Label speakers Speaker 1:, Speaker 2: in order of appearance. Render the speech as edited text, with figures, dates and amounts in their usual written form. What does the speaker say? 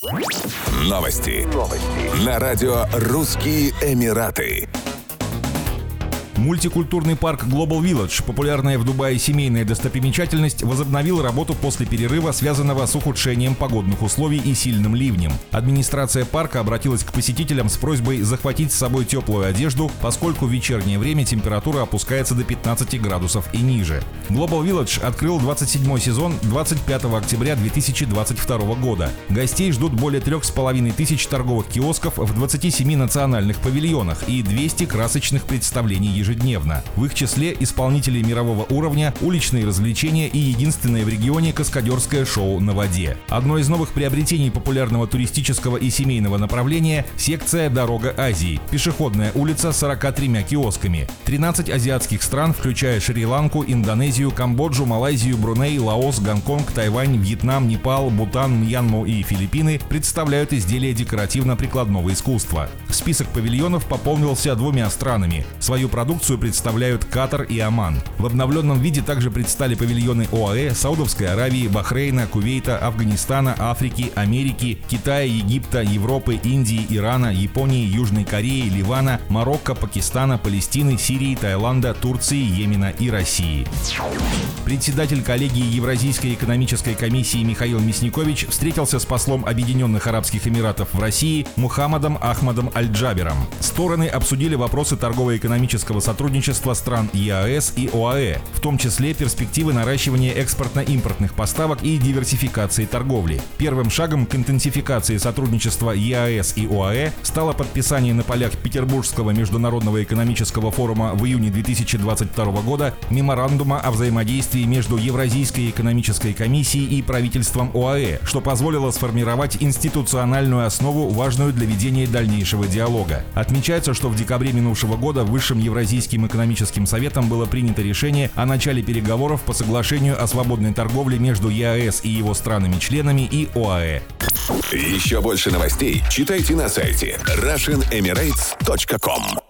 Speaker 1: Новости. На радио «Русские Эмираты».
Speaker 2: Мультикультурный парк Global Village, популярная в Дубае семейная достопримечательность, возобновил работу после перерыва, связанного с ухудшением погодных условий и сильным ливнем. Администрация парка обратилась к посетителям с просьбой захватить с собой теплую одежду, поскольку в вечернее время температура опускается до 15 градусов и ниже. Global Village открыл 27-й сезон 25 октября 2022 года. Гостей ждут более 3500 торговых киосков в 27 национальных павильонах и 200 красочных представлений ежедневно. В их числе исполнители мирового уровня, уличные развлечения и единственное в регионе каскадерское шоу на воде. Одно из новых приобретений популярного туристического и семейного направления – секция «Дорога Азии» – пешеходная улица с 43 киосками. 13 азиатских стран, включая Шри-Ланку, Индонезию, Камбоджу, Малайзию, Бруней, Лаос, Гонконг, Тайвань, Вьетнам, Непал, Бутан, Мьянму и Филиппины, представляют изделия декоративно-прикладного искусства. Список павильонов пополнился 2 странами. Свою продукцию представляют Катар и Оман. В обновленном виде также предстали павильоны ОАЭ, Саудовской Аравии, Бахрейна, Кувейта, Афганистана, Африки, Америки, Китая, Египта, Европы, Индии, Ирана, Японии, Южной Кореи, Ливана, Марокко, Пакистана, Палестины, Сирии, Таиланда, Турции, Йемена и России. Председатель коллегии Евразийской экономической комиссии Михаил Мясникович встретился с послом Объединенных Арабских Эмиратов в России Мухаммадом Ахмадом Аль-Джабером. Стороны обсудили вопросы торгово-экономического сотрудничества стран ЕАЭС и ОАЭ, в том числе перспективы наращивания экспортно-импортных поставок и диверсификации торговли. Первым шагом к интенсификации сотрудничества ЕАЭС и ОАЭ стало подписание на полях Петербургского международного экономического форума в июне 2022 года меморандума о взаимодействии между Евразийской экономической комиссией и правительством ОАЭ, что позволило сформировать институциональную основу, важную для ведения дальнейшего диалога. Отмечается, что в декабре минувшего года Высшим Евразийским экономическим советом было принято решение о начале переговоров по соглашению о свободной торговле между ЕАЭС и его странами-членами и ОАЭ.
Speaker 1: Еще больше новостей читайте на сайте RussianEmirates.com.